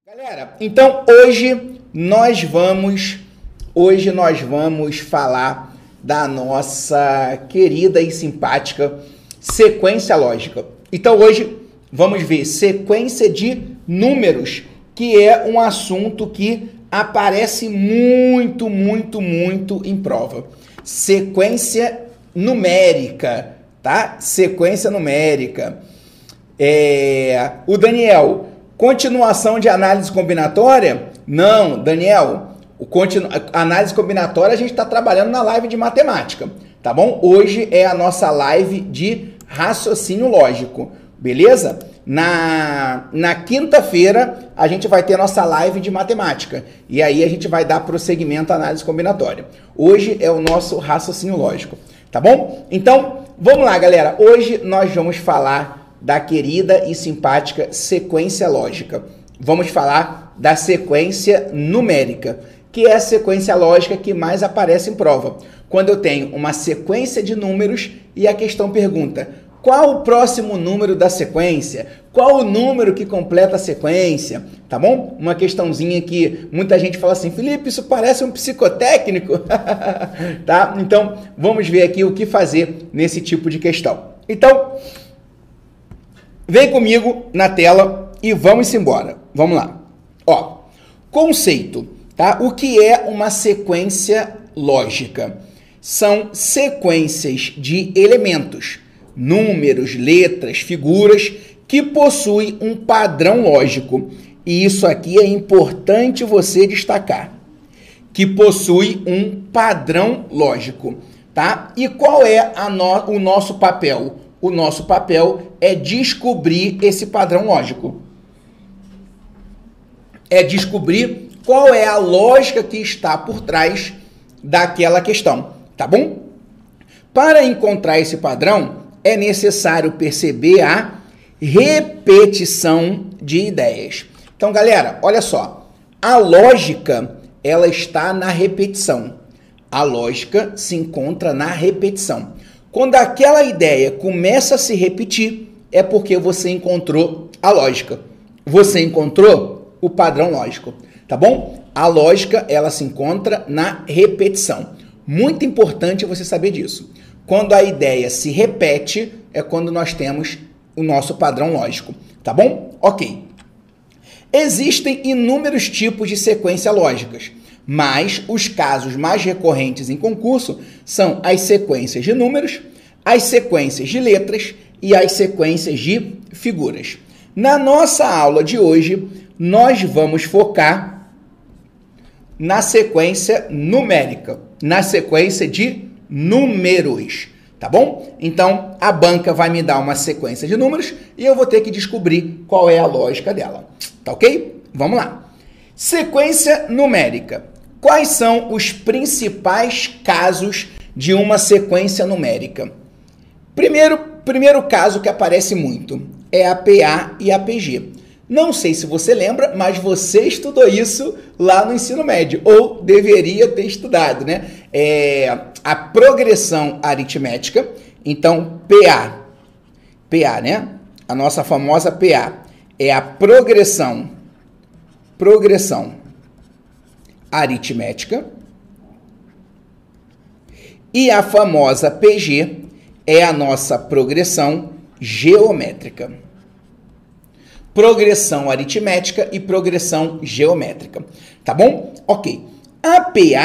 Galera, então hoje nós vamos falar da nossa querida e simpática sequência lógica. Então hoje vamos ver sequência de números, que é um assunto que aparece muito em prova. Sequência numérica, tá? Sequência numérica. O Daniel, continuação de análise combinatória? Não, Daniel, análise combinatória a gente está trabalhando na live de matemática, tá bom? Hoje é a nossa live de raciocínio lógico, beleza? Na quinta-feira a gente vai ter nossa live de matemática e aí a gente vai dar prosseguimento à análise combinatória. Hoje é o nosso raciocínio lógico, tá bom? Então, vamos lá, galera. Hoje nós vamos falar da querida e simpática sequência lógica. Vamos falar da sequência numérica, que é a sequência lógica que mais aparece em prova. Quando eu tenho uma sequência de números e a questão pergunta: qual o próximo número da sequência? Qual o número que completa a sequência? Tá bom? Uma questãozinha que muita gente fala assim: Felipe, isso parece um psicotécnico. Tá? Então, vamos ver aqui o que fazer nesse tipo de questão. Então, vem comigo na tela e vamos embora. Vamos lá. Ó, conceito, tá? O que é uma sequência lógica? São sequências de elementos, números, letras, figuras que possuem um padrão lógico. E isso aqui é importante você destacar. Que possui um padrão lógico, tá? E qual é o nosso papel? O nosso papel é descobrir esse padrão lógico. É descobrir qual é a lógica que está por trás daquela questão, tá bom? Para encontrar esse padrão, é necessário perceber a repetição de ideias. Então, galera, olha só. A lógica, ela está na repetição. A lógica se encontra na repetição. Quando aquela ideia começa a se repetir, é porque você encontrou a lógica. Você encontrou o padrão lógico, tá bom? A lógica, ela se encontra na repetição. Muito importante você saber disso. Quando a ideia se repete, é quando nós temos o nosso padrão lógico, tá bom? Ok. Existem inúmeros tipos de sequência lógicas, mas os casos mais recorrentes em concurso são as sequências de números, as sequências de letras e as sequências de figuras. Na nossa aula de hoje, nós vamos focar na sequência numérica, na sequência de números, tá bom? Então, a banca vai me dar uma sequência de números e eu vou ter que descobrir qual é a lógica dela, tá ok? Vamos lá. Sequência numérica. Quais são os principais casos de uma sequência numérica? Primeiro caso que aparece muito é a PA e a PG. Não sei se você lembra, mas você estudou isso lá no ensino médio, ou deveria ter estudado, né? A progressão aritmética. Então, PA, né? A nossa famosa PA é a progressão aritmética, e a famosa PG é a nossa progressão geométrica. Progressão aritmética e progressão geométrica, tá bom? Ok. A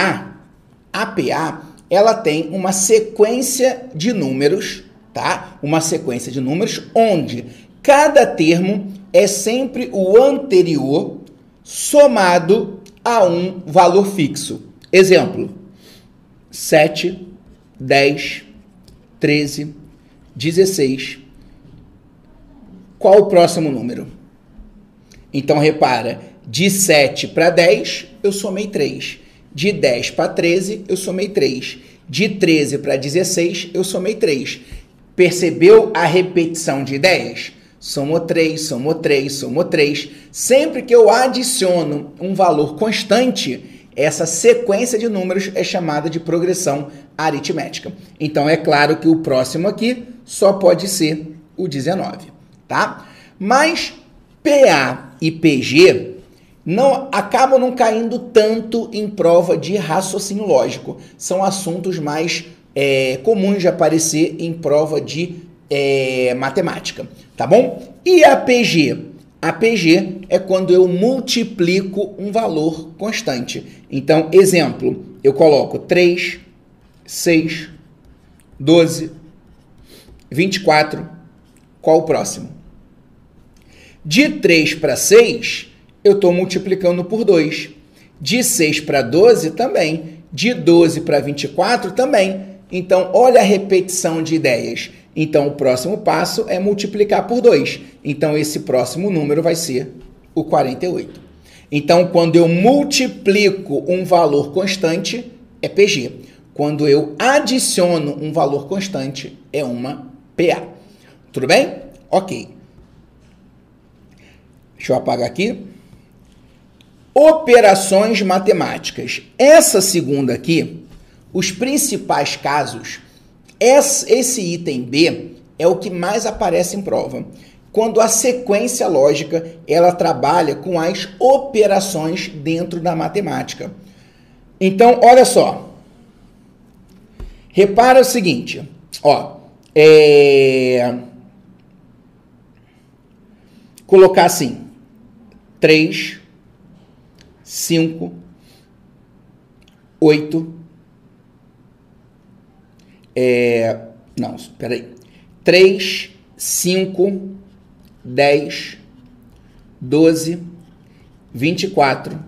PA, ela tem uma sequência de números, tá? Uma sequência de números onde cada termo é sempre o anterior somado a um valor fixo. Exemplo: 7, 10, 13, 16. Qual o próximo número? Então, repara, de 7 para 10, eu somei 3. De 10 para 13, eu somei 3. De 13 para 16, eu somei 3. Percebeu a repetição de ideias? Somou 3, somou 3, somou 3. Sempre que eu adiciono um valor constante, essa sequência de números é chamada de progressão aritmética. Então, é claro que o próximo aqui só pode ser o 19, tá? Mas PA e PG, acabam não caindo tanto em prova de raciocínio lógico. São assuntos mais comuns de aparecer em prova de matemática, tá bom? E a PG? A PG é quando eu multiplico um valor constante. Então, exemplo, eu coloco 3, 6, 12, 24. Qual o próximo? De 3 para 6, eu estou multiplicando por 2. De 6 para 12 também. De 12 para 24 também. Então, olha a repetição de ideias. Então, o próximo passo é multiplicar por 2. Então, esse próximo número vai ser o 48. Então, quando eu multiplico um valor constante, é PG. Quando eu adiciono um valor constante, é uma PA. Tudo bem? Ok. Deixa eu apagar aqui. Operações matemáticas. Essa segunda aqui, os principais casos, esse item B é o que mais aparece em prova. Quando a sequência lógica, ela trabalha com as operações dentro da matemática. Então, olha só. Repara o seguinte, ó. Colocar assim, 3, 5, 8, não, espera aí, 3, 5, 10, 12, 24,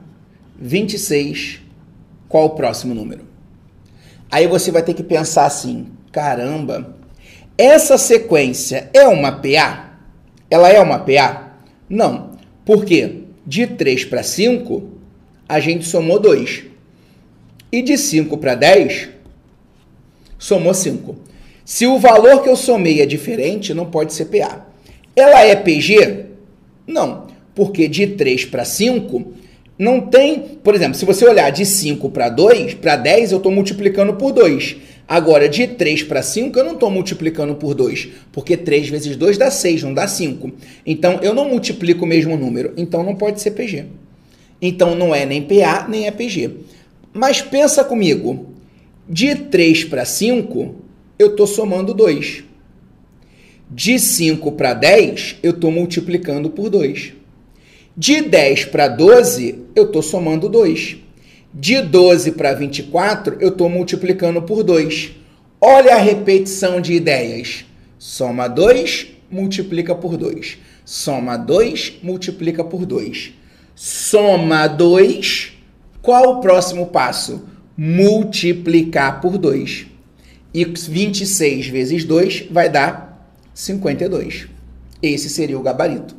26, qual o próximo número? Aí você vai ter que pensar assim, caramba, essa sequência é uma PA? Ela é uma PA? Não. Por quê? De 3 para 5, a gente somou 2. E de 5 para 10, somou 5. Se o valor que eu somei é diferente, não pode ser PA. Ela é PG? Não. Porque de 3 para 5, não tem... Por exemplo, se você olhar de 5 para 10, eu estou multiplicando por 2. Agora, de 3 para 5, eu não estou multiplicando por 2, porque 3 vezes 2 dá 6, não dá 5. Então, eu não multiplico o mesmo número, então não pode ser PG. Então, não é nem PA, nem é PG. Mas pensa comigo, de 3 para 5, eu estou somando 2. De 5 para 10, eu estou multiplicando por 2. De 10 para 12, eu estou somando 2. De 12 para 24, eu estou multiplicando por 2. Olha a repetição de ideias. Soma 2, multiplica por 2. Soma 2, multiplica por 2. Soma 2, qual o próximo passo? Multiplicar por 2. E 26 vezes 2 vai dar 52. Esse seria o gabarito.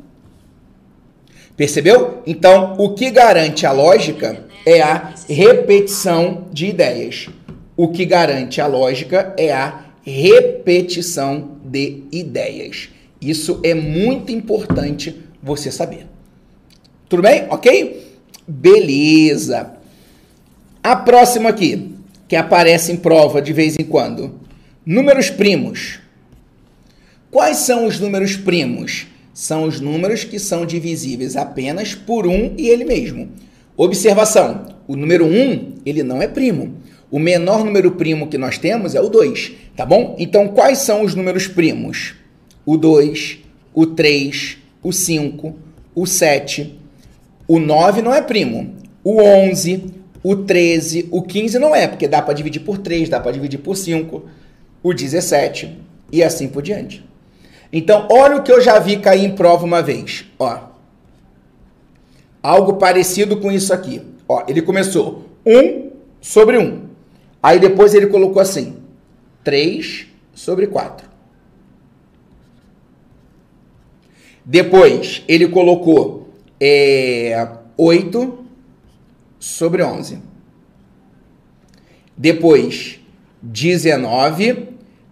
Percebeu? Então, o que garante a lógica é a repetição de ideias. O que garante a lógica é a repetição de ideias. Isso é muito importante você saber. Tudo bem? Ok? Beleza. A próxima aqui, que aparece em prova de vez em quando. Números primos. Quais são os números primos? São os números que são divisíveis apenas por 1 e ele mesmo. Observação, o número 1, ele não é primo. O menor número primo que nós temos é o 2, tá bom? Então, quais são os números primos? O 2, o 3, o 5, o 7, o 9 não é primo. O 11, o 13, o 15 não é, porque dá para dividir por 3, dá para dividir por 5, o 17 e assim por diante. Então, olha o que eu já vi cair em prova uma vez. Ó, algo parecido com isso aqui. Ó, ele começou 1 sobre 1. Aí depois ele colocou assim, 3 sobre 4. Depois ele colocou 8 sobre 11. Depois 19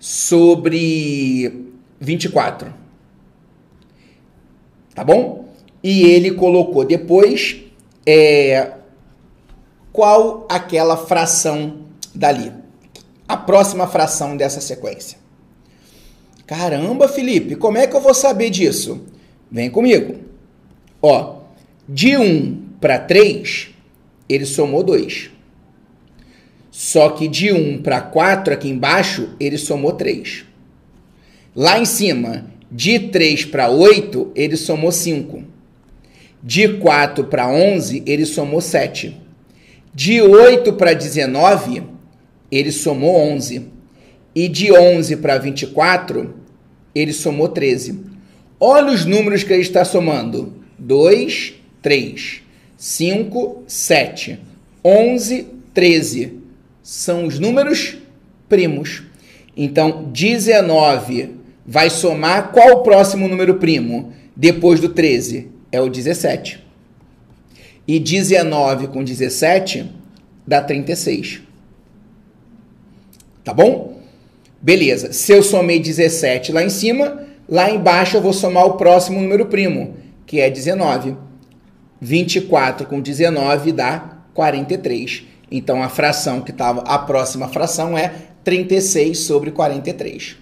sobre 24. Tá bom? E ele colocou depois qual aquela fração dali. A próxima fração dessa sequência. Caramba, Felipe, como é que eu vou saber disso? Vem comigo. Ó, de 1 para 3, ele somou 2. Só que de 1 para 4, aqui embaixo, ele somou 3. Lá em cima, de 3 para 8, ele somou 5. De 4 para 11, ele somou 7. De 8 para 19, ele somou 11. E de 11 para 24, ele somou 13. Olha os números que ele está somando. 2, 3, 5, 7, 11, 13. São os números primos. Então, 19 vai somar qual o próximo número primo? Depois do 13, é o 17. E 19 com 17 dá 36. Tá bom? Beleza. Se eu somei 17 lá em cima, lá embaixo eu vou somar o próximo número primo, que é 19. 24 com 19 dá 43. Então, a fração que estava, a próxima fração é 36 sobre 43.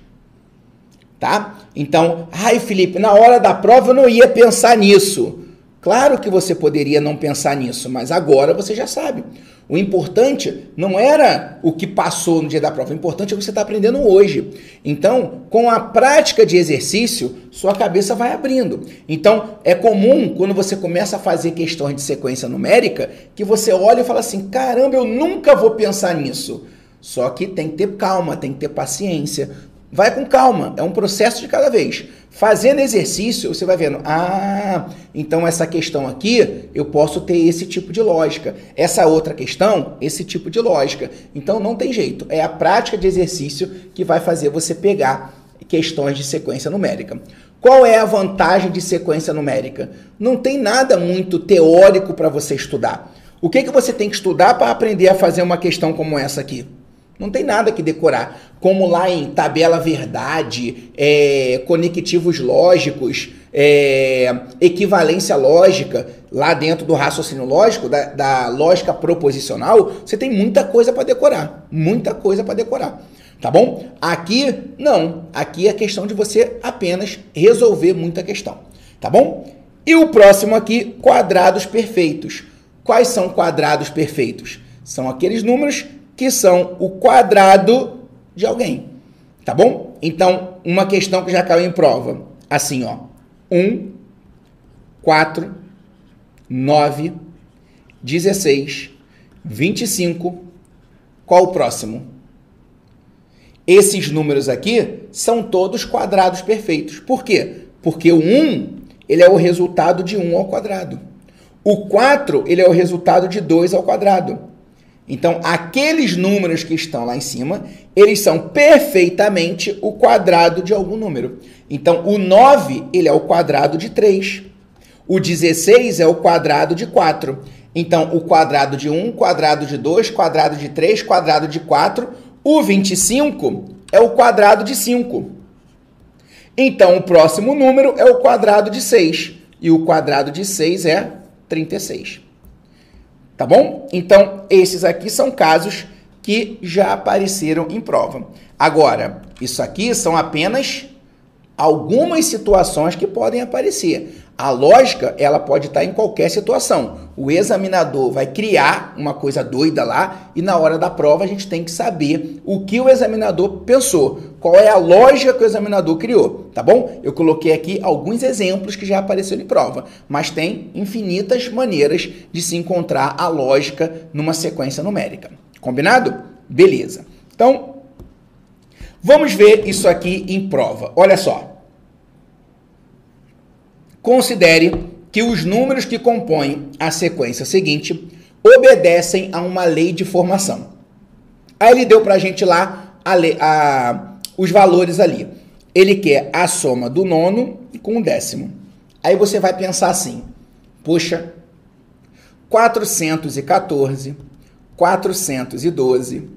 Tá? Então, ai, Felipe, na hora da prova eu não ia pensar nisso. Claro que você poderia não pensar nisso, mas agora você já sabe. O importante não era o que passou no dia da prova, o importante é o que você está aprendendo hoje. Então, com a prática de exercício, sua cabeça vai abrindo. Então, é comum, quando você começa a fazer questões de sequência numérica, que você olha e fala assim, caramba, eu nunca vou pensar nisso. Só que tem que ter calma, tem que ter paciência. Vai com calma, é um processo de cada vez. Fazendo exercício, você vai vendo, então essa questão aqui, eu posso ter esse tipo de lógica. Essa outra questão, esse tipo de lógica. Então não tem jeito, é a prática de exercício que vai fazer você pegar questões de sequência numérica. Qual é a vantagem de sequência numérica? Não tem nada muito teórico para você estudar. O que você tem que estudar para aprender a fazer uma questão como essa aqui? Não tem nada que decorar, como lá em tabela verdade, conectivos lógicos, equivalência lógica, lá dentro do raciocínio lógico, da lógica proposicional, você tem muita coisa para decorar, tá bom? Aqui, não, aqui é questão de você apenas resolver muita questão, tá bom? E o próximo aqui, quadrados perfeitos. Quais são quadrados perfeitos? São aqueles números que são o quadrado de alguém, tá bom? Então, uma questão que já caiu em prova, assim, ó, 1, 4, 9, 16, 25, qual o próximo? Esses números aqui são todos quadrados perfeitos. Por quê? Porque o 1, ele é o resultado de 1 ao quadrado. O 4, ele é o resultado de 2 ao quadrado. Então, aqueles números que estão lá em cima, eles são perfeitamente o quadrado de algum número. Então, o 9, ele é o quadrado de 3. O 16 é o quadrado de 4. Então, o quadrado de 1, quadrado de 2, quadrado de 3, quadrado de 4. O 25 é o quadrado de 5. Então, o próximo número é o quadrado de 6. E o quadrado de 6 é 36. Tá bom? Então, esses aqui são casos que já apareceram em prova. Agora, isso aqui são apenas algumas situações que podem aparecer. A lógica, ela pode estar em qualquer situação. O examinador vai criar uma coisa doida lá e na hora da prova a gente tem que saber o que o examinador pensou. Qual é a lógica que o examinador criou, tá bom? Eu coloquei aqui alguns exemplos que já apareceram em prova, mas tem infinitas maneiras de se encontrar a lógica numa sequência numérica. Combinado? Beleza. Então, vamos ver isso aqui em prova. Olha só. Considere que os números que compõem a sequência seguinte obedecem a uma lei de formação. Aí ele deu para a gente lá os valores ali. Ele quer a soma do nono com o décimo. Aí você vai pensar assim, poxa, 414, 412,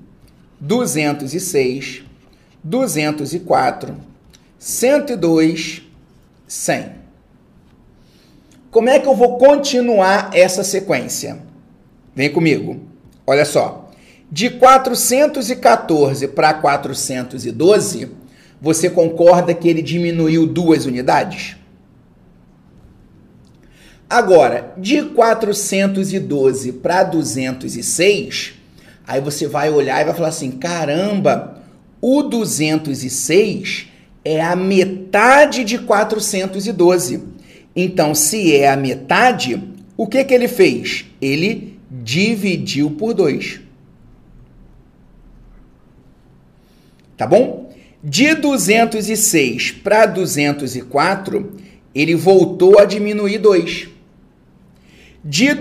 206, 204, 102, 100. Como é que eu vou continuar essa sequência? Vem comigo. Olha só. De 414 para 412, você concorda que ele diminuiu 2 unidades? Agora, de 412 para 206, aí você vai olhar e vai falar assim, caramba, o 206 é a metade de 412. Então, se é a metade, o que ele fez? Ele dividiu por 2. Tá bom? De 206 para 204, ele voltou a diminuir 2. De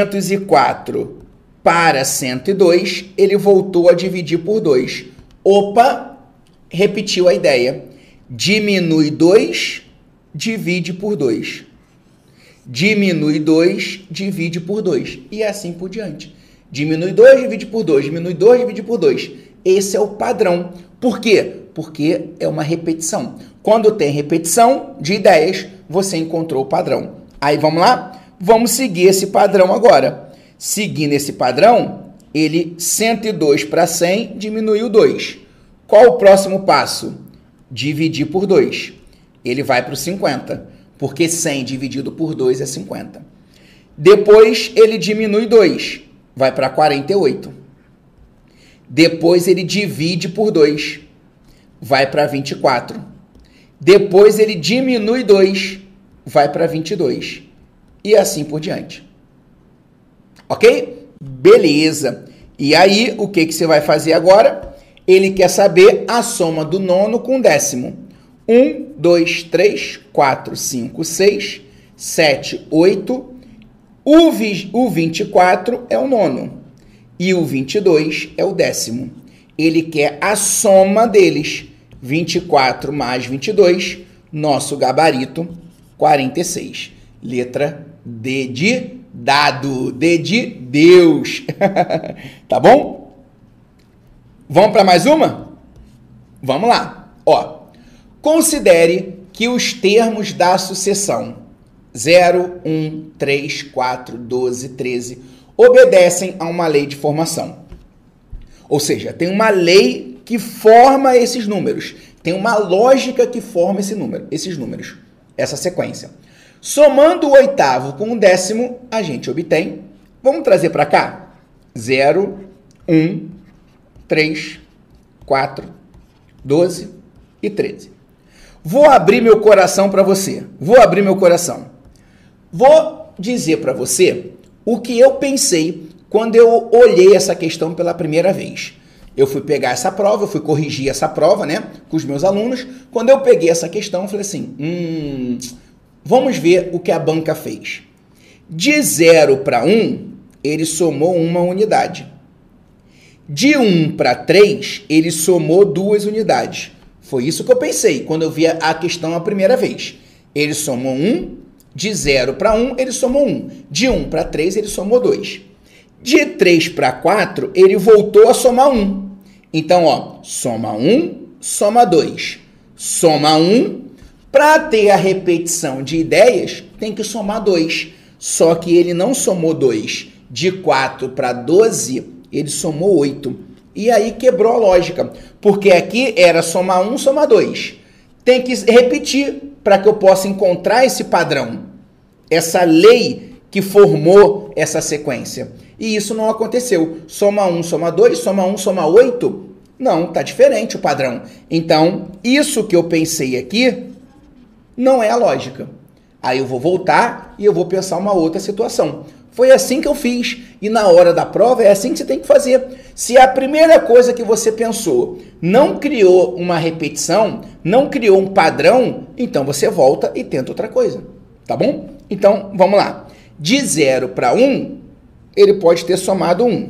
204 para 102, ele voltou a dividir por 2. Opa, repetiu a ideia. Diminui 2, divide por 2. Diminui 2, divide por 2. E assim por diante. Diminui 2, divide por 2. Diminui 2, divide por 2. Esse é o padrão. Por quê? Porque é uma repetição. Quando tem repetição de ideias, você encontrou o padrão. Aí vamos lá? Vamos seguir esse padrão agora. Seguindo esse padrão, ele 102 para 100 diminuiu 2. Qual o próximo passo? Dividir por 2. Ele vai para o 50, porque 100 dividido por 2 é 50. Depois ele diminui 2, vai para 48. Depois ele divide por 2, vai para 24. Depois ele diminui 2, vai para 22. E assim por diante. Ok? Beleza. E aí, o que você vai fazer agora? Ele quer saber a soma do nono com o décimo. 1, 2, 3, 4, 5, 6, 7, 8. O 24 é o nono. E o 22 é o décimo. Ele quer a soma deles. 24 mais 22, nosso gabarito, 46. Letra D de dado, D de Deus. Tá bom? Vamos para mais uma? Vamos lá. Ó, considere que os termos da sucessão 0, 1, 3, 4, 12, 13 obedecem a uma lei de formação. Ou seja, tem uma lei que forma esses números. Tem uma lógica que forma esses números, essa sequência. Somando o oitavo com o décimo, a gente obtém. Vamos trazer para cá? 0, 1, 3, 4, 12 e 13. Vou abrir meu coração para você. Vou dizer para você o que eu pensei quando eu olhei essa questão pela primeira vez. Eu fui pegar essa prova, eu fui corrigir essa prova, né, com os meus alunos. Quando eu peguei essa questão, eu falei assim, vamos ver o que a banca fez. De 0 para 1, ele somou uma unidade. De 1 para 3, ele somou 2 unidades. Foi isso que eu pensei quando eu vi a questão a primeira vez. Ele somou 1, de 0 para 1, ele somou 1. De 1 para 3, ele somou 2. De 3 para 4, ele voltou a somar 1. Então, ó, soma 1, soma 2. Soma 1. Para ter a repetição de ideias, tem que somar 2. Só que ele não somou 2. De 4 para 12, ele somou 8. E aí quebrou a lógica. Porque aqui era somar 1, somar 2. Tem que repetir para que eu possa encontrar esse padrão. Essa lei que formou essa sequência. E isso não aconteceu. Soma 1, soma 2, soma 1, soma 8. Não, tá diferente o padrão. Então, isso que eu pensei aqui não é a lógica. Aí eu vou voltar e eu vou pensar uma outra situação. Foi assim que eu fiz. E na hora da prova é assim que você tem que fazer. Se a primeira coisa que você pensou não criou uma repetição, não criou um padrão, então você volta e tenta outra coisa. Tá bom? Então, vamos lá. De 0 para 1, ele pode ter somado 1.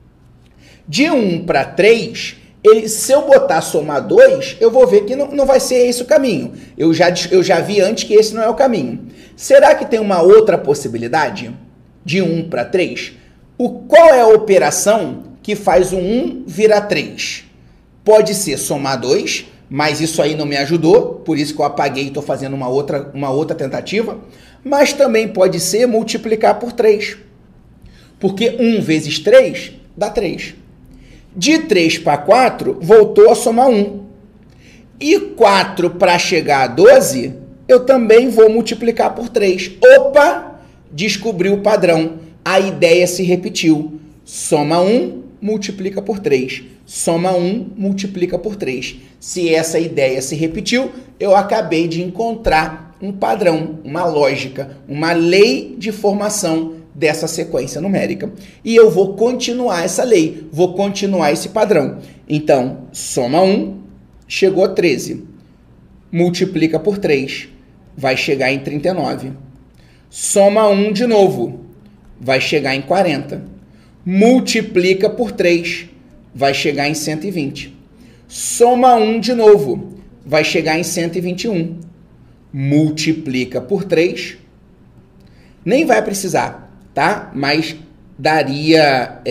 De 1 para 3, se eu botar somar 2, eu vou ver que não vai ser esse o caminho. Eu já vi antes que esse não é o caminho. Será que tem uma outra possibilidade? De 1 para 3? Qual é a operação que faz o 1 virar 3? Pode ser somar 2, mas isso aí não me ajudou, por isso que eu apaguei e estou fazendo uma outra tentativa. Mas também pode ser multiplicar por 3. Porque 1 vezes 3 dá 3. De 3 para 4, voltou a somar 1. E 4 para chegar a 12, eu também vou multiplicar por 3. Opa! descobriu o padrão. A ideia se repetiu. Soma 1, multiplica por 3. Soma 1, multiplica por 3. Se essa ideia se repetiu, eu acabei de encontrar um padrão, uma lógica, uma lei de formação dessa sequência numérica. E eu vou continuar essa lei, vou continuar esse padrão. Então, soma 1, chegou a 13. Multiplica por 3, vai chegar em 39. Soma 1 de novo, vai chegar em 40. Multiplica por 3, vai chegar em 120. Soma 1 de novo, vai chegar em 121. Multiplica por 3, nem vai precisar, tá? Mas daria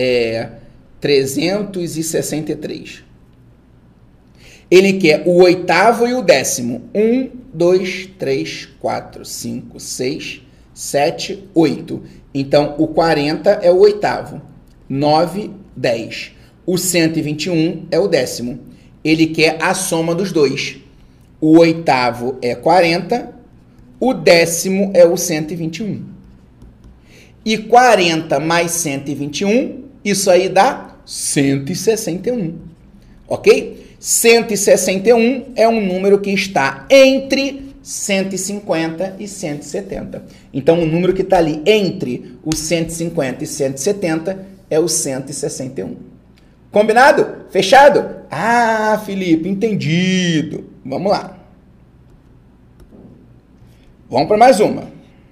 363. Ele quer o oitavo e o décimo. 1, 2, 3, 4, 5, 6, 7, 8. Então, o 40 é o oitavo. 9, 10. O 121 é o décimo. Ele quer a soma dos dois. O oitavo é 40, o décimo é o 121. E 40 mais 121, isso aí dá 161. Ok? 161 é um número que está entre 150 e 170. Então, o número que está ali entre os 150 e 170 é o 161. Combinado? Fechado? Ah, Felipe, entendido. Vamos lá. Vamos para mais uma.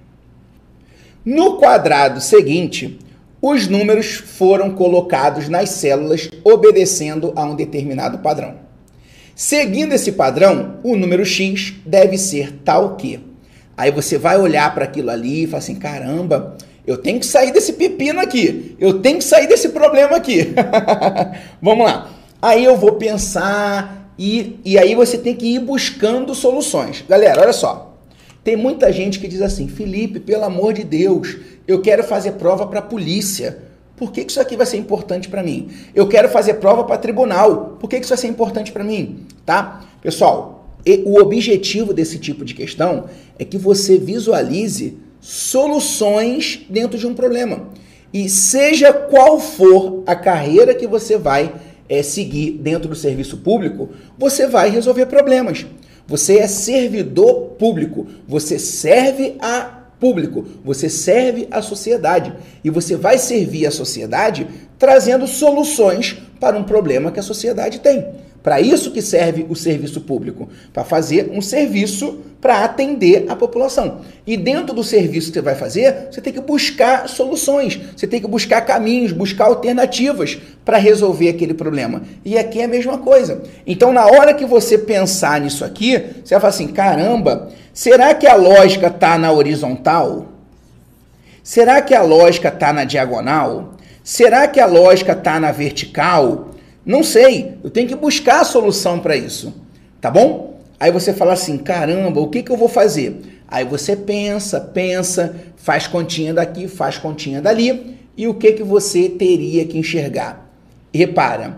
No quadrado seguinte, os números foram colocados nas células obedecendo a um determinado padrão. Seguindo esse padrão, o número x deve ser tal que. Aí você vai olhar para aquilo ali e fala assim, caramba, eu tenho que sair desse pepino aqui, eu tenho que sair desse problema aqui. Vamos lá. Aí eu vou pensar e aí você tem que ir buscando soluções. Galera, olha só. Tem muita gente que diz assim, Felipe, pelo amor de Deus, eu quero fazer prova para a polícia. Por que isso aqui vai ser importante para mim? Eu quero fazer prova para tribunal. Por que isso vai ser importante para mim? Tá? Pessoal, o objetivo desse tipo de questão é que você visualize soluções dentro de um problema. E seja qual for a carreira que você vai seguir dentro do serviço público, você vai resolver problemas. Você é servidor público, você serve a público, você serve a sociedade e você vai servir a sociedade trazendo soluções para um problema que a sociedade tem. Para isso que serve o serviço público, para fazer um serviço para atender a população. E dentro do serviço que você vai fazer, você tem que buscar soluções, você tem que buscar caminhos, buscar alternativas para resolver aquele problema. E aqui é a mesma coisa. Então, na hora que você pensar nisso aqui, você vai falar assim, caramba, será que a lógica está na horizontal? Será que a lógica está na diagonal? Será que a lógica está na vertical? Não sei, eu tenho que buscar a solução para isso, tá bom? Aí você fala assim, caramba, o que eu vou fazer? Aí você pensa, faz continha daqui, faz continha dali, e o que você teria que enxergar? E repara,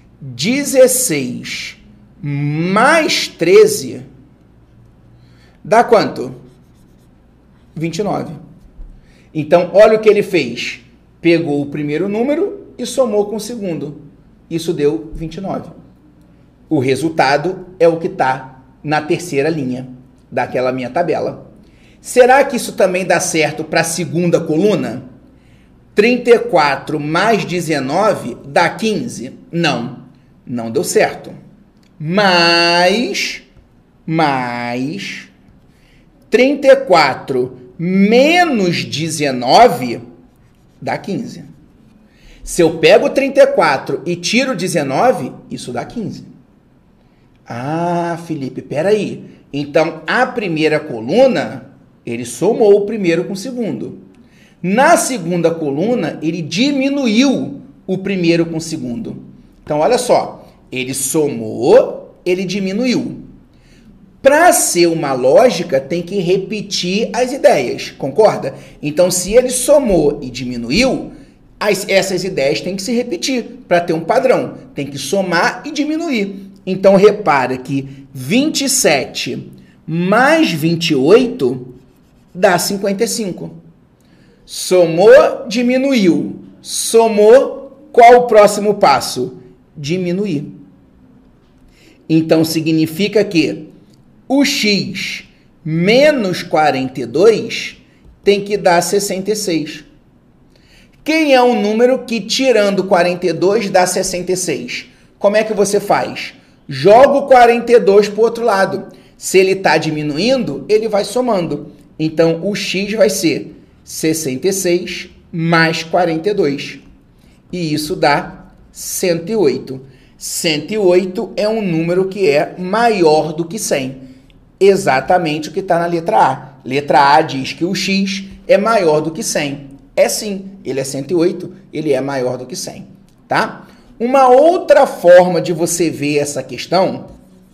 16 mais 13 dá quanto? 29. Então, olha o que ele fez. Pegou o primeiro número e somou com o segundo. Isso deu 29. O resultado é o que está na terceira linha daquela minha tabela. Será que isso também dá certo para a segunda coluna? 34 mais 19 dá 15? Não, não deu certo. Mas 34 menos 19 dá 15. Se eu pego 34 e tiro 19, isso dá 15. Ah, Felipe, peraí. Então, a primeira coluna, ele somou o primeiro com o segundo. Na segunda coluna, ele diminuiu o primeiro com o segundo. Então, olha só. Ele somou, ele diminuiu. Para ser uma lógica, tem que repetir as ideias, concorda? Então, se ele somou e diminuiu, essas ideias têm que se repetir para ter um padrão. Tem que somar e diminuir. Então, repara que 27 mais 28 dá 55. Somou, diminuiu. Somou, qual o próximo passo? Diminuir. Então, significa que o x menos 42 tem que dar 66. Quem é um número que, tirando 42, dá 66? Como é que você faz? Joga o 42 para o outro lado. Se ele está diminuindo, ele vai somando. Então, o x vai ser 66 mais 42. E isso dá 108. 108 é um número que é maior do que 100. Exatamente o que está na letra A. Letra A diz que o x é maior do que 100. É sim, ele é 108, ele é maior do que 100, tá? Uma outra forma de você ver essa questão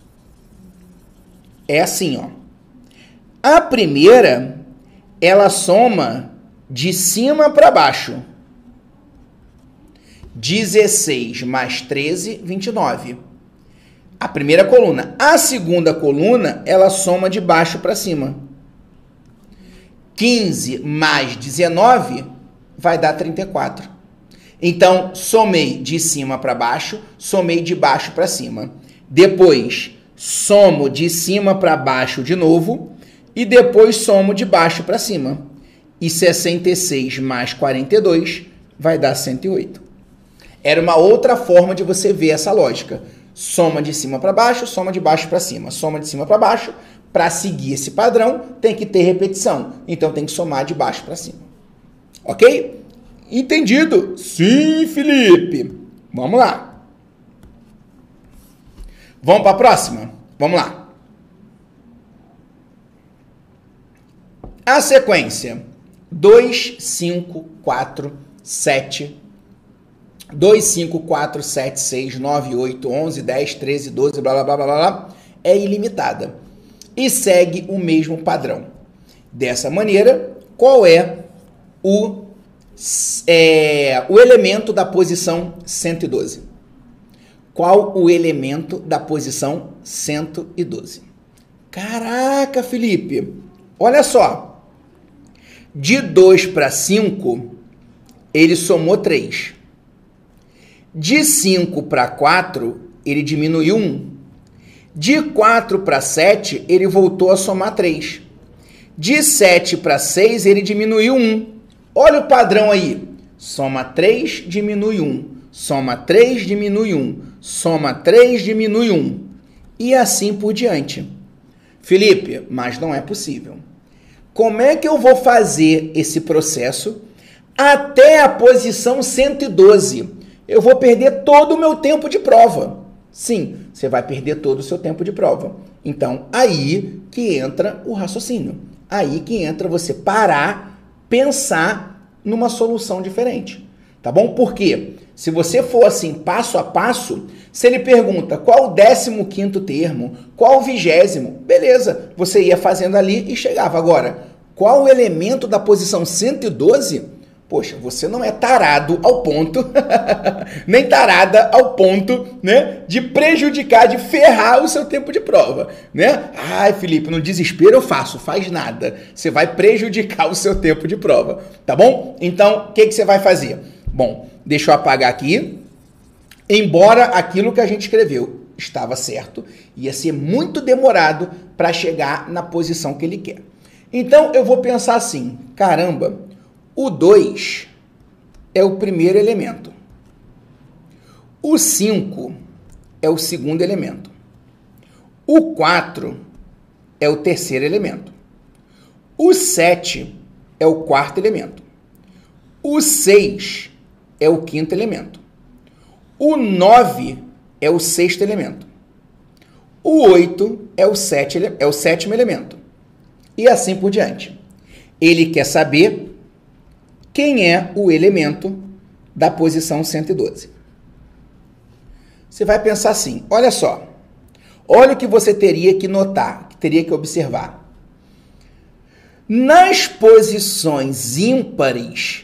é assim, ó. A primeira, ela soma de cima para baixo. 16 mais 13, 29. A primeira coluna. A segunda coluna, ela soma de baixo para cima. 15 mais 19 vai dar 34. Então, somei de cima para baixo, somei de baixo para cima. Depois, somo de cima para baixo de novo e depois somo de baixo para cima. E 66 mais 42 vai dar 108. Era uma outra forma de você ver essa lógica. Soma de cima para baixo, soma de baixo para cima. Soma de cima para baixo. Para seguir esse padrão, tem que ter repetição. Então, tem que somar de baixo para cima. Ok? Entendido? Sim, Felipe. Vamos lá. Vamos para a próxima? Vamos lá. A sequência. 2, 5, 4, 7... 2, 5, 4, 7, 6, 9, 8, 11, 10, 13, 12, blá, blá, blá, blá, blá, é ilimitada. E segue o mesmo padrão. Dessa maneira, qual é o elemento da posição 112? Qual o elemento da posição 112? Caraca, Felipe! Olha só. De 2 para 5, ele somou 3. De 5 para 4, ele diminuiu 1. De 4 para 7, ele voltou a somar 3. De 7 para 6, ele diminuiu 1. Olha o padrão aí. Soma 3, diminui 1. Soma 3, diminui 1. Soma 3, diminui 1. E assim por diante. Felipe, mas não é possível. Como é que eu vou fazer esse processo até a posição 112? Eu vou perder todo o meu tempo de prova. Sim, você vai perder todo o seu tempo de prova. Então, aí que entra o raciocínio. Aí que entra você parar, pensar numa solução diferente. Tá bom? Porque se você for assim, passo a passo, se ele pergunta qual o 15º termo, qual o 20º, beleza, você ia fazendo ali e chegava. Agora, qual o elemento da posição 112? Poxa, você não é tarado ao ponto, nem tarada ao ponto, né, de prejudicar, de ferrar o seu tempo de prova, né? Ai, Felipe, no desespero eu faço, faz nada. Você vai prejudicar o seu tempo de prova, tá bom? Então, o que você vai fazer? Bom, deixa eu apagar aqui. Embora aquilo que a gente escreveu estava certo, ia ser muito demorado para chegar na posição que ele quer. Então, eu vou pensar assim, caramba, o 2 é o primeiro elemento. O 5 é o segundo elemento. O 4 é o terceiro elemento. O 7 é o quarto elemento. O 6 é o quinto elemento. O 9 é o sexto elemento. O 8 é o sétimo elemento. E assim por diante. Ele quer saber quem é o elemento da posição 112. Você vai pensar assim, olha só. Olha o que você teria que notar, que teria que observar. Nas posições ímpares,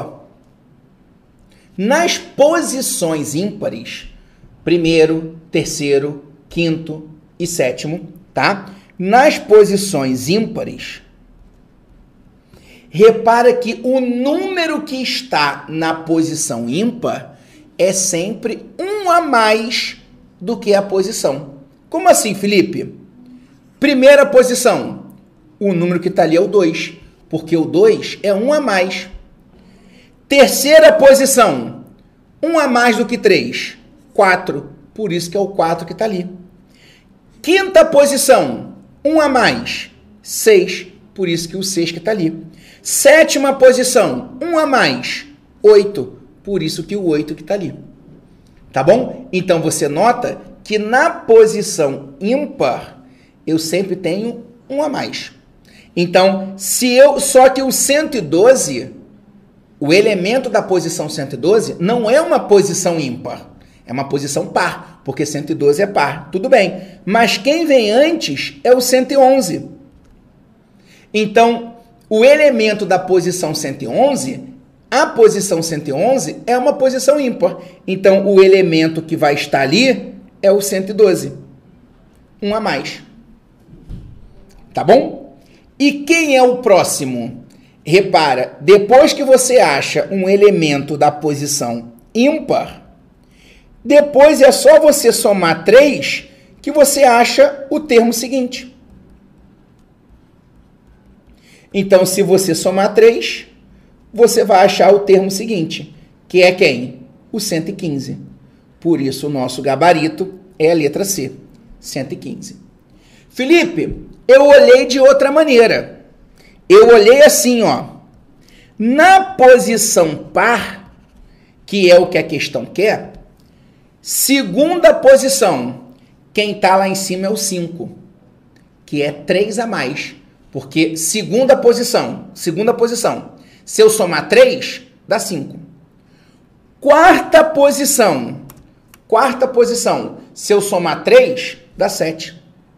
nas posições ímpares, primeiro, terceiro, quinto e sétimo, tá? Nas posições ímpares, repara que o número que está na posição ímpar é sempre um a mais do que a posição. Como assim, Felipe? Primeira posição, o número que está ali é o 2, porque o 2 é um a mais. Terceira posição, um a mais do que 3, 4, por isso que é o 4 que está ali. Quinta posição, um a mais, 6, por isso que o 6 que está ali. Sétima posição, um a mais, 8, por isso que o 8 que está ali. Tá bom? Então você nota que na posição ímpar eu sempre tenho um a mais. Então, só que o 112, o elemento da posição 112 não é uma posição ímpar, é uma posição par, porque 112 é par, tudo bem. Mas quem vem antes é o 111. Então, o elemento da posição 111, a posição 111 é uma posição ímpar. Então, o elemento que vai estar ali é o 112. Um a mais. Tá bom? E quem é o próximo? Repara, depois que você acha um elemento da posição ímpar, depois é só você somar 3 que você acha o termo seguinte. Então, se você somar 3, você vai achar o termo seguinte, que é quem? O 115. Por isso, o nosso gabarito é a letra C, 115. Felipe, eu olhei de outra maneira. Eu olhei assim, ó. Na posição par, que é o que a questão quer, segunda posição, quem está lá em cima é o 5, que é 3 a mais. Porque segunda posição, se eu somar 3, dá 5. Quarta posição, se eu somar 3, dá 7.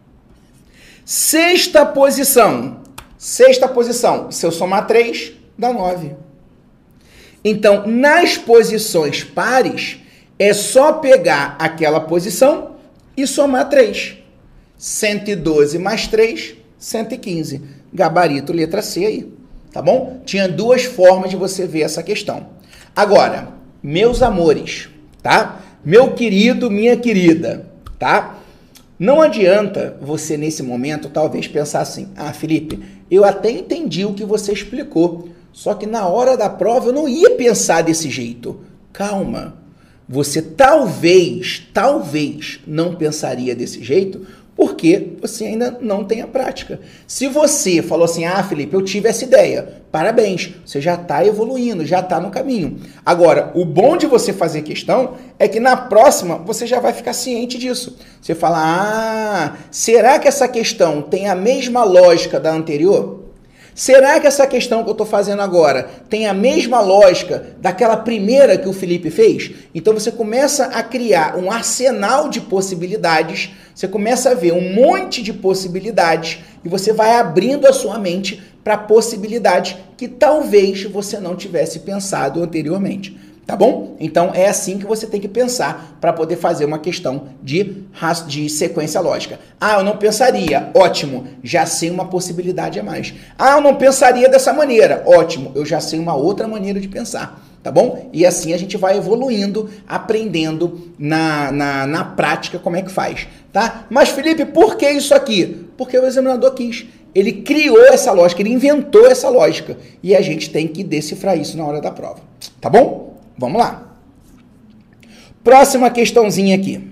Sexta posição, se eu somar 3, dá 9. Então, nas posições pares, é só pegar aquela posição e somar 3. 112 mais 3, 115. Gabarito, letra C aí, tá bom? Tinha duas formas de você ver essa questão. Agora, meus amores, tá? Meu querido, minha querida, tá? Não adianta você, nesse momento, talvez pensar assim, ah, Felipe, eu até entendi o que você explicou, só que na hora da prova eu não ia pensar desse jeito. Calma, você talvez não pensaria desse jeito porque você ainda não tem a prática. Se você falou assim, ah, Felipe, eu tive essa ideia, parabéns, você já está evoluindo, já está no caminho. Agora, o bom de você fazer questão é que na próxima você já vai ficar ciente disso. Você fala, ah, será que essa questão tem a mesma lógica da anterior? Será que essa questão que eu estou fazendo agora tem a mesma lógica daquela primeira que o Felipe fez? Então você começa a criar um arsenal de possibilidades, você começa a ver um monte de possibilidades e você vai abrindo a sua mente para possibilidades que talvez você não tivesse pensado anteriormente. Tá bom? Então é assim que você tem que pensar para poder fazer uma questão de sequência lógica. Ah, eu não pensaria. Ótimo, já sei uma possibilidade a mais. Ah, eu não pensaria dessa maneira. Ótimo, eu já sei uma outra maneira de pensar. Tá bom? E assim a gente vai evoluindo, aprendendo na prática como é que faz. Tá? Mas Felipe, por que isso aqui? Porque o examinador quis. Ele criou essa lógica, ele inventou essa lógica. E a gente tem que decifrar isso na hora da prova. Tá bom? Vamos lá. Próxima questãozinha aqui.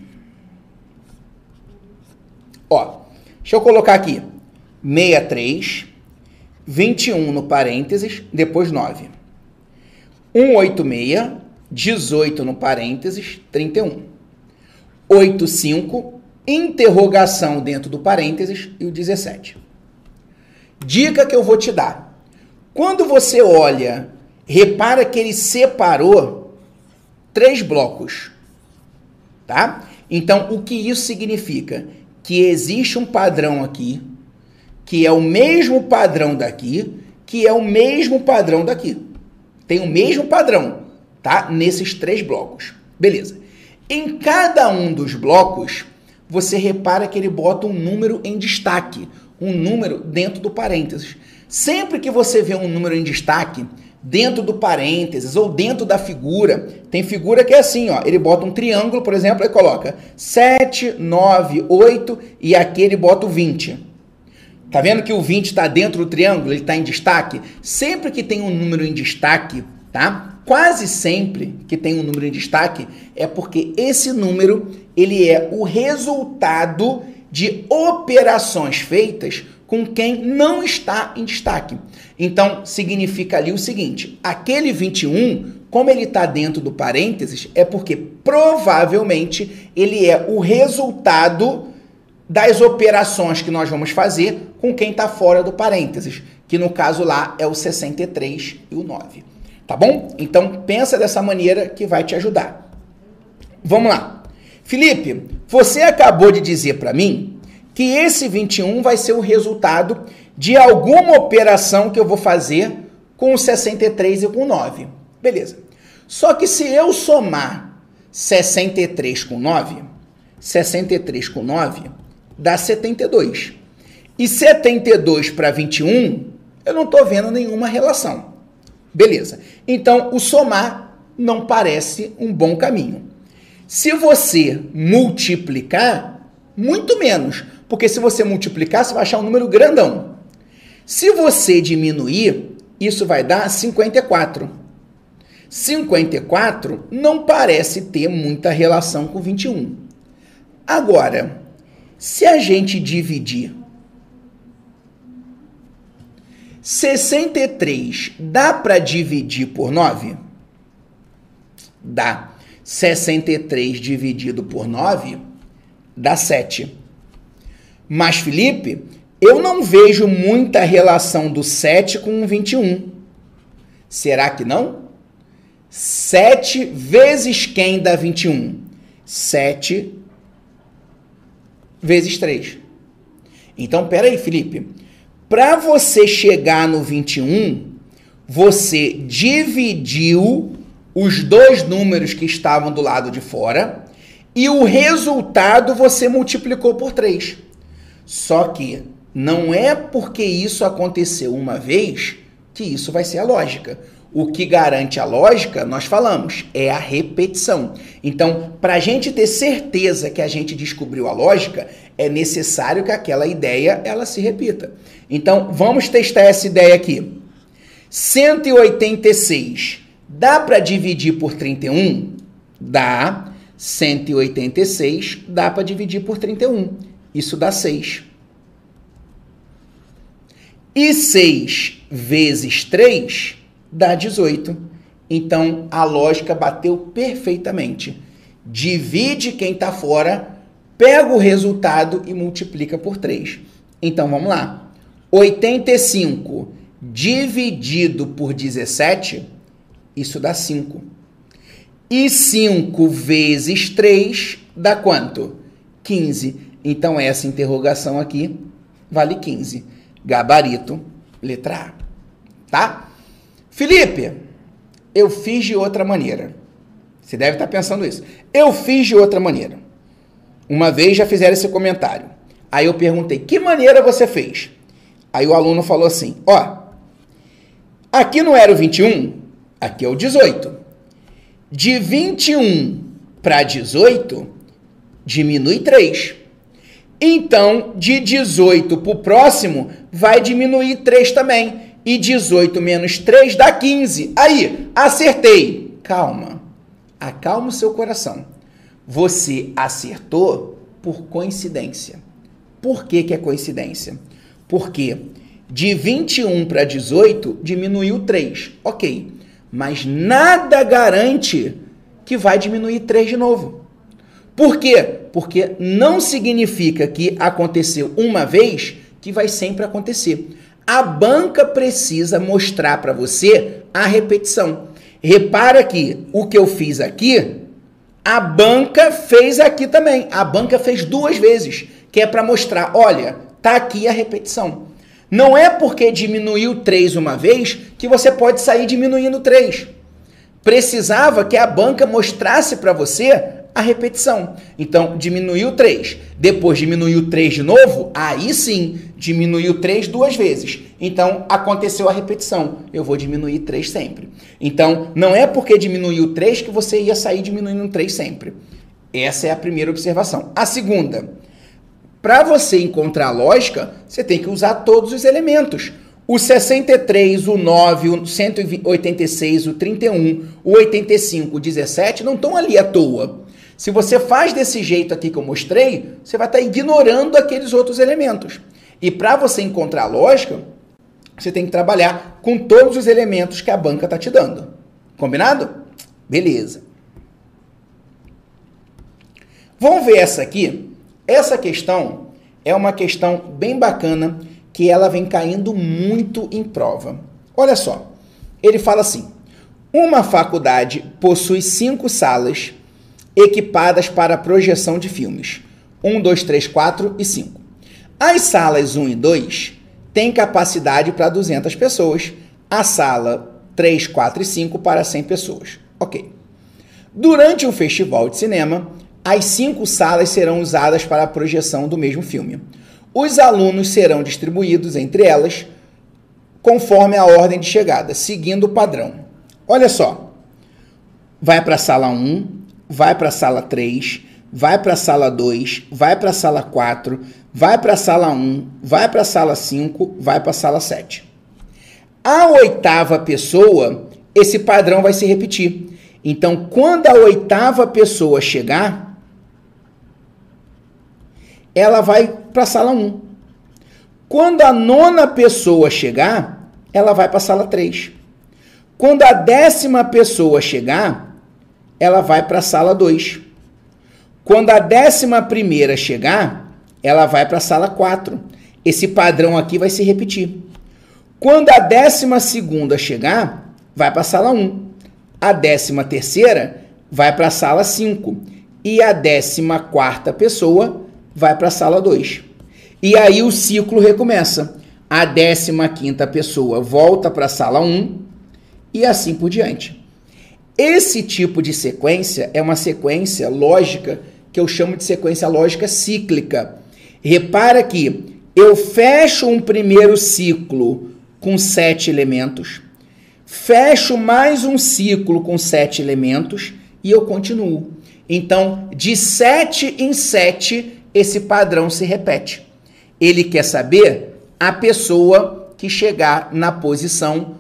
Ó, deixa eu colocar aqui. 63, 21 no parênteses, depois 9. 186, 18 no parênteses, 31. 85, interrogação dentro do parênteses e o 17. Dica que eu vou te dar. Quando você olha, repara que ele separou 3 blocos, tá? Então, o que isso significa? Que existe um padrão aqui, que é o mesmo padrão daqui, que é o mesmo padrão daqui. Tem o mesmo padrão, tá? Nesses 3 blocos. Beleza. Em cada um dos blocos, você repara que ele bota um número em destaque, um número dentro do parênteses. Sempre que você vê um número em destaque, dentro do parênteses ou dentro da figura, tem figura que é assim, ó, ele bota um triângulo, por exemplo, e coloca 7, 9, 8 e aqui ele bota o 20. Tá vendo que o 20 está dentro do triângulo, ele está em destaque? Sempre que tem um número em destaque, tá? Quase sempre que tem um número em destaque é porque esse número, ele é o resultado de operações feitas com quem não está em destaque. Então, significa ali o seguinte, aquele 21, como ele está dentro do parênteses, é porque provavelmente ele é o resultado das operações que nós vamos fazer com quem está fora do parênteses, que no caso lá é o 63 e o 9. Tá bom? Então, pensa dessa maneira que vai te ajudar. Vamos lá. Felipe, você acabou de dizer para mim que esse 21 vai ser o resultado de alguma operação que eu vou fazer com o 63 e com o 9. Beleza. Só que se eu somar 63 com 9, 63 com 9 dá 72. E 72 para 21, eu não estou vendo nenhuma relação. Beleza. Então, o somar não parece um bom caminho. Se você multiplicar, muito menos. Porque se você multiplicar, você vai achar um número grandão. Se você diminuir, isso vai dar 54. 54 não parece ter muita relação com 21. Agora, se a gente dividir 63, dá para dividir por 9? Dá. 63 dividido por 9 dá 7. Mas, Felipe, eu não vejo muita relação do 7 com o 21. Será que não? 7 vezes quem dá 21? 7 vezes 3. Então, peraí, Felipe. Para você chegar no 21, você dividiu os dois números que estavam do lado de fora e o resultado você multiplicou por 3. Só que não é porque isso aconteceu uma vez que isso vai ser a lógica. O que garante a lógica, nós falamos, é a repetição. Então, para a gente ter certeza que a gente descobriu a lógica, é necessário que aquela ideia ela se repita. Então, vamos testar essa ideia aqui. 186 dá para dividir por 31? Dá. 186 dá para dividir por 31. Isso dá 6. E 6 vezes 3 dá 18. Então, a lógica bateu perfeitamente. Divide quem está fora, pega o resultado e multiplica por 3. Então, vamos lá. 85 dividido por 17, isso dá 5. E 5 vezes 3 dá quanto? 15. Então, essa interrogação aqui vale 15. Gabarito, letra A. Tá? Felipe, eu fiz de outra maneira. Você deve estar pensando isso. Eu fiz de outra maneira. Uma vez já fizeram esse comentário. Aí eu perguntei, que maneira você fez? Aí o aluno falou assim, ó, aqui não era o 21, aqui é o 18. De 21 para 18, diminui 3. Então, de 18 para o próximo, vai diminuir 3 também. E 18 menos 3 dá 15. Aí, acertei. Calma. Acalma o seu coração. Você acertou por coincidência. Por que que é coincidência? Porque de 21 para 18 diminuiu 3. Ok. Mas nada garante que vai diminuir 3 de novo. Por quê? Porque não significa que aconteceu uma vez que vai sempre acontecer. A banca precisa mostrar para você a repetição. Repara que o que eu fiz aqui, a banca fez aqui também. A banca fez 2 vezes, que é para mostrar, olha, tá aqui a repetição. Não é porque diminuiu 3 uma vez que você pode sair diminuindo 3. Precisava que a banca mostrasse para você a repetição. Então, diminuiu 3, depois diminuiu 3 de novo, aí sim, diminuiu 3 duas vezes. Então, aconteceu a repetição. Eu vou diminuir 3 sempre. Então, não é porque diminuiu 3 que você ia sair diminuindo 3 sempre. Essa é a primeira observação. A segunda, para você encontrar a lógica, você tem que usar todos os elementos. O 63, o 9, o 186, o 31, o 85, o 17 não estão ali à toa. Se você faz desse jeito aqui que eu mostrei, você vai estar ignorando aqueles outros elementos. E para você encontrar a lógica, você tem que trabalhar com todos os elementos que a banca está te dando. Combinado? Beleza. Vamos ver essa aqui. Essa questão é uma questão bem bacana que ela vem caindo muito em prova. Olha só, ele fala assim, uma faculdade possui 5 salas equipadas para projeção de filmes, 1, 2, 3, 4 e 5. As salas 1 e 2 têm capacidade para 200 pessoas, a sala 3, 4 e 5 para 100 pessoas. Ok. Durante o festival de cinema, as 5 salas serão usadas para a projeção do mesmo filme. Os alunos serão distribuídos entre elas conforme a ordem de chegada, seguindo o padrão. Olha só, vai para a sala 1, vai para a sala 3, vai para a sala 2, vai para a sala 4, vai para a sala 1, vai para a sala 5, vai para a sala 7. A 8ª pessoa, esse padrão vai se repetir. Então, quando a 8ª pessoa chegar, ela vai para a sala 1. Quando a 9ª pessoa chegar, ela vai para a sala 3. Quando a 10ª pessoa chegar, ela vai para a sala 2. Quando a 11ª chegar, ela vai para a sala 4. Esse padrão aqui vai se repetir. Quando a 12ª chegar, vai para a sala 1. A 13ª vai para a sala 5. E a 14ª pessoa vai para a sala 2. E aí o ciclo recomeça. A 15ª pessoa volta para a sala 1 e assim por diante. Esse tipo de sequência é uma sequência lógica que eu chamo de sequência lógica cíclica. Repara que eu fecho um primeiro ciclo com 7 elementos, fecho mais um ciclo com 7 elementos e eu continuo. Então, de 7 em 7, esse padrão se repete. Ele quer saber a pessoa que chegar na posição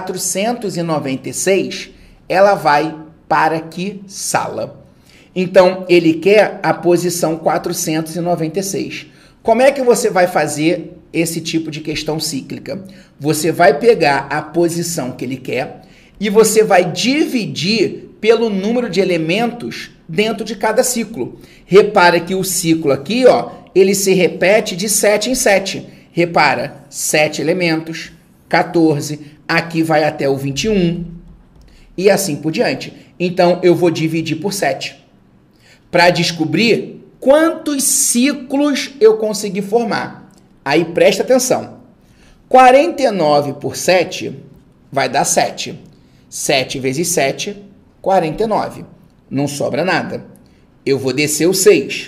496, ela vai para que sala? Então, ele quer a posição 496. Como é que você vai fazer esse tipo de questão cíclica? Você vai pegar a posição que ele quer e você vai dividir pelo número de elementos dentro de cada ciclo. Repara que o ciclo aqui, ó, ele se repete de 7 em 7. Repara, 7 elementos, 14, aqui vai até o 21 e assim por diante. Então, eu vou dividir por 7 para descobrir quantos ciclos eu consegui formar. Aí, presta atenção. 49 por 7 vai dar 7. 7 vezes 7, 49. Não sobra nada. Eu vou descer o 6.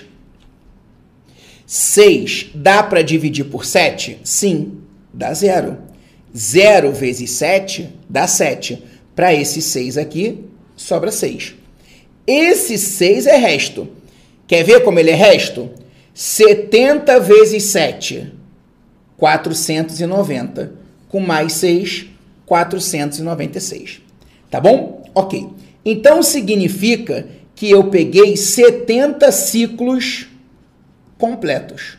6 dá para dividir por 7? Sim, dá 0. 0 vezes 7 dá 7. Para esse 6 aqui, sobra 6. Esse 6 é resto. Quer ver como ele é resto? 70 vezes 7, 490. Com mais 6, 496. Tá bom? Ok. Então, significa que eu peguei 70 ciclos completos.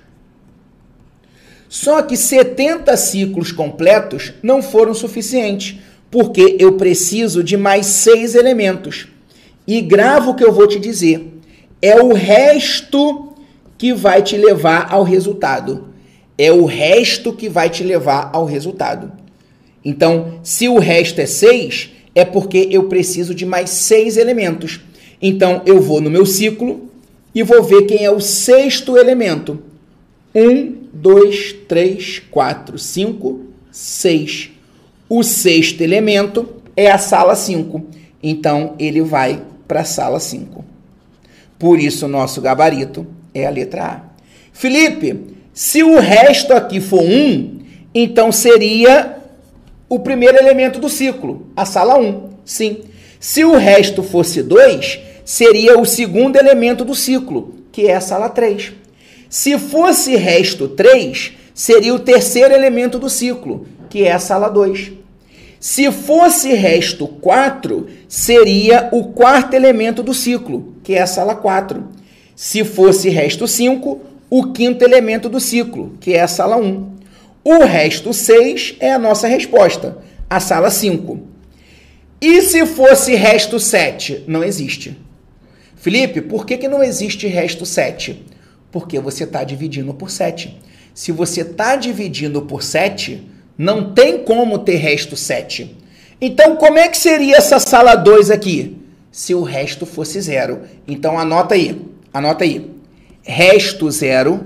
Só que 70 ciclos completos não foram suficientes, porque eu preciso de mais 6 elementos. E grava o que eu vou te dizer. É o resto que vai te levar ao resultado. É o resto que vai te levar ao resultado. Então, se o resto é 6, é porque eu preciso de mais 6 elementos. Então, eu vou no meu ciclo e vou ver quem é o 6º elemento. 1, 2, 3, 4, 5, 6. O 6º elemento é a sala 5. Então, ele vai para a sala 5. Por isso, o nosso gabarito é a letra A. Felipe, se o resto aqui for 1, então seria o primeiro elemento do ciclo, a sala 1. Sim. Se o resto fosse 2, seria o segundo elemento do ciclo, que é a sala 3. Se fosse resto 3, seria o terceiro elemento do ciclo, que é a sala 2. Se fosse resto 4, seria o quarto elemento do ciclo, que é a sala 4. Se fosse resto 5, o quinto elemento do ciclo, que é a sala 1. O resto 6 é a nossa resposta, a sala 5. E se fosse resto 7? Não existe. Felipe, por que não existe resto 7? Porque você está dividindo por 7. Se você está dividindo por 7, não tem como ter resto 7. Então, como é que seria essa sala 2 aqui? Se o resto fosse 0. Então, anota aí. Resto 0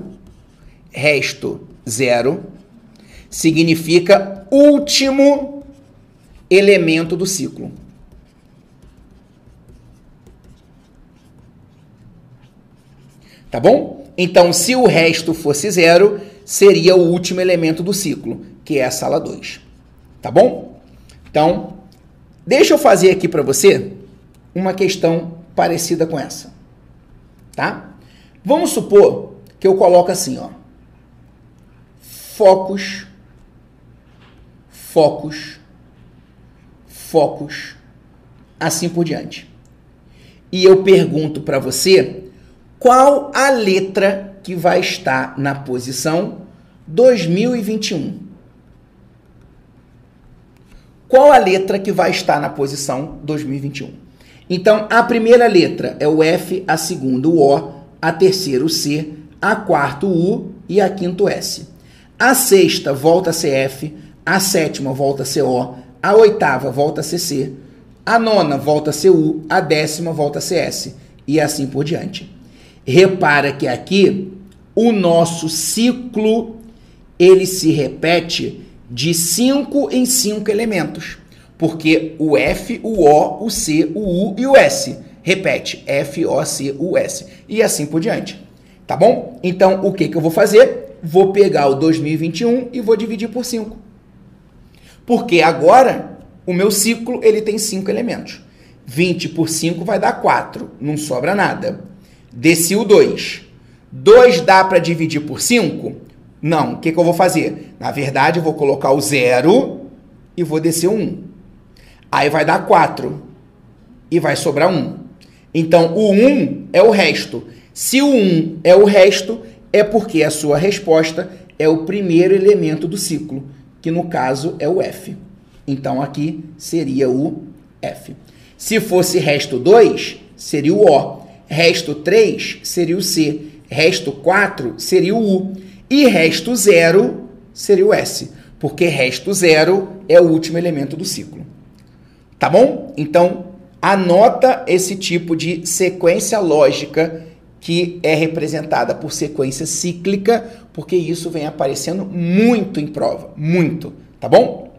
significa último elemento do ciclo. Tá bom? Então, se o resto fosse 0, seria o último elemento do ciclo, que é a sala 2. Tá bom? Então, deixa eu fazer aqui para você uma questão parecida com essa. Tá? Vamos supor que eu coloco assim, ó. Focos, assim por diante. E eu pergunto para você qual a letra que vai estar na posição 2021. Qual a letra que vai estar na posição 2021? Então, a primeira letra é o F, a segunda o O, a terceira o C, a quarta o U e a quinta o S. A sexta volta a ser F, a sétima volta a ser O, a oitava volta a ser C, a nona volta a ser U, a décima volta a ser S, e assim por diante. Repara que aqui o nosso ciclo, ele se repete de 5 em 5 elementos, porque o F, o O, o C, o U e o S. Repete, F, O, C, U, S, e assim por diante. Tá bom? Então, o que eu vou fazer? Vou pegar o 2021 e vou dividir por 5. Porque agora, o meu ciclo, ele tem 5 elementos. 20 por 5 vai dar 4, não sobra nada. Desci o 2. 2 dá para dividir por 5? Não. O que eu vou fazer? Na verdade, eu vou colocar o 0 e vou descer o 1. Aí vai dar 4 e vai sobrar 1. Então, o 1 é o resto. Se o 1 é o resto, é porque a sua resposta é o primeiro elemento do ciclo, que no caso é o F. Então, aqui seria o F. Se fosse resto 2, seria o O. Resto 3 seria o C. Resto 4 seria o U. E resto 0 seria o S. Porque resto 0 é o último elemento do ciclo. Tá bom? Então, anota esse tipo de sequência lógica que é representada por sequência cíclica, porque isso vem aparecendo muito em prova. Muito. Tá bom?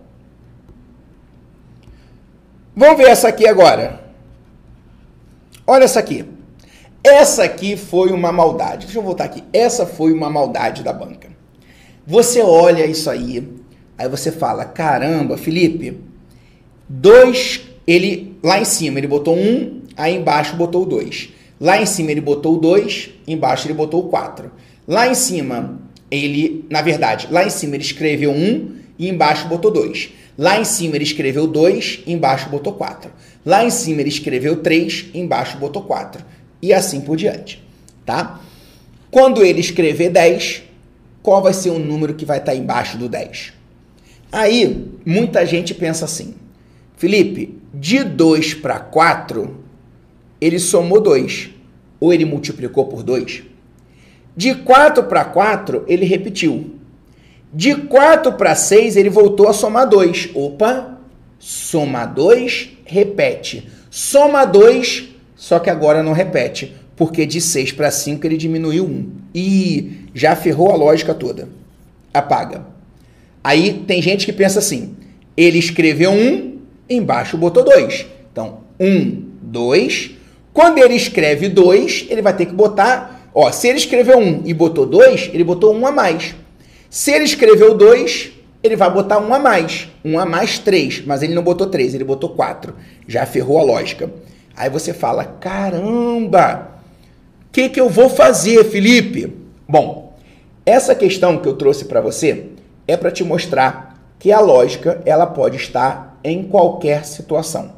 Vamos ver essa aqui agora. Olha essa aqui. Essa aqui foi uma maldade. Deixa eu voltar aqui. Essa foi uma maldade da banca. Você olha isso aí você fala, caramba, Felipe, 2, ele lá em cima ele botou 1, aí embaixo botou o 2. Lá em cima ele botou o 2, embaixo ele botou o 4. Lá em cima, lá em cima ele escreveu 1 e embaixo botou 2. Lá em cima ele escreveu 2, embaixo botou 4. Lá em cima ele escreveu 3, embaixo botou 4. E assim por diante, tá? Quando ele escrever 10, qual vai ser o número que vai estar embaixo do 10? Aí, muita gente pensa assim, Felipe, de 2 para 4, ele somou 2, ou ele multiplicou por 2. De 4 para 4, ele repetiu. De 4 para 6, ele voltou a somar 2. Opa, soma 2, repete. Soma 2, só que agora não repete, porque de 6 para 5 ele diminuiu 1. E já ferrou a lógica toda. Apaga. Aí tem gente que pensa assim, ele escreveu 1, embaixo botou 2. Então, 1, 2, Quando ele escreve 2, ele vai ter que botar... Ó, se ele escreveu 1 e botou 2, ele botou 1 a mais. Se ele escreveu 2, ele vai botar 1 a mais. 1 a mais 3, mas ele não botou 3, ele botou 4. Já ferrou a lógica. Aí você fala, caramba, o que eu vou fazer, Felipe? Bom, essa questão que eu trouxe para você é para te mostrar que a lógica ela pode estar em qualquer situação.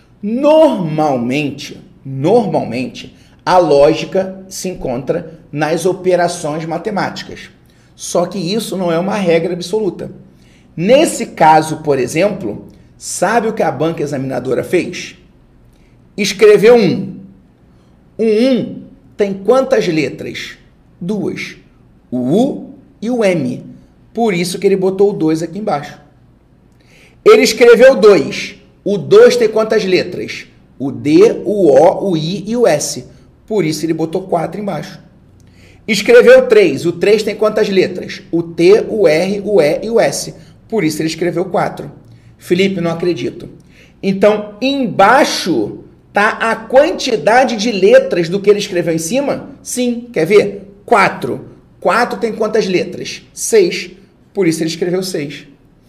Normalmente, a lógica se encontra nas operações matemáticas. Só que isso não é uma regra absoluta. Nesse caso, por exemplo, sabe o que a banca examinadora fez? Escreveu 1. O 1 tem quantas letras? 2. O U e o M. Por isso que ele botou o 2 aqui embaixo. Ele escreveu 2. O 2 tem quantas letras? O D, o O, o I e o S. Por isso ele botou 4 embaixo. Escreveu 3. O 3 tem quantas letras? O T, o R, o E e o S. Por isso ele escreveu 4. Felipe, não acredito. Então, embaixo tá a quantidade de letras do que ele escreveu em cima? Sim. Quer ver? 4. 4 tem quantas letras? 6. Por isso ele escreveu 6.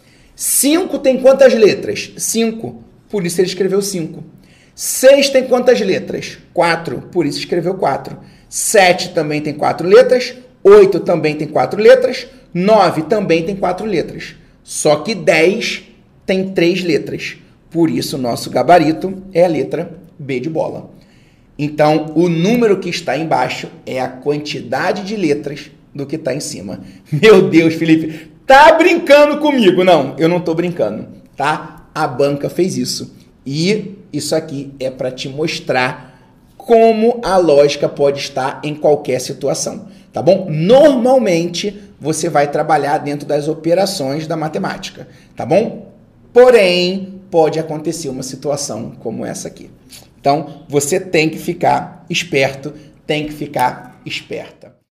5 tem quantas letras? 5. Por isso ele escreveu 5. 6 tem quantas letras? 4. Por isso escreveu 4. 7 também tem 4 letras. 8 também tem 4 letras. 9 também tem 4 letras. Só que 10 tem 3 letras. Por isso o nosso gabarito é a letra B de bola. Então, o número que está embaixo é a quantidade de letras do que está em cima. Meu Deus, Felipe, tá brincando comigo? Não, eu não estou brincando, tá? A banca fez isso. E isso aqui é para te mostrar como a lógica pode estar em qualquer situação, tá bom? Normalmente, você vai trabalhar dentro das operações da matemática, tá bom? Porém, pode acontecer uma situação como essa aqui. Então, você tem que ficar esperto, tem que ficar esperta.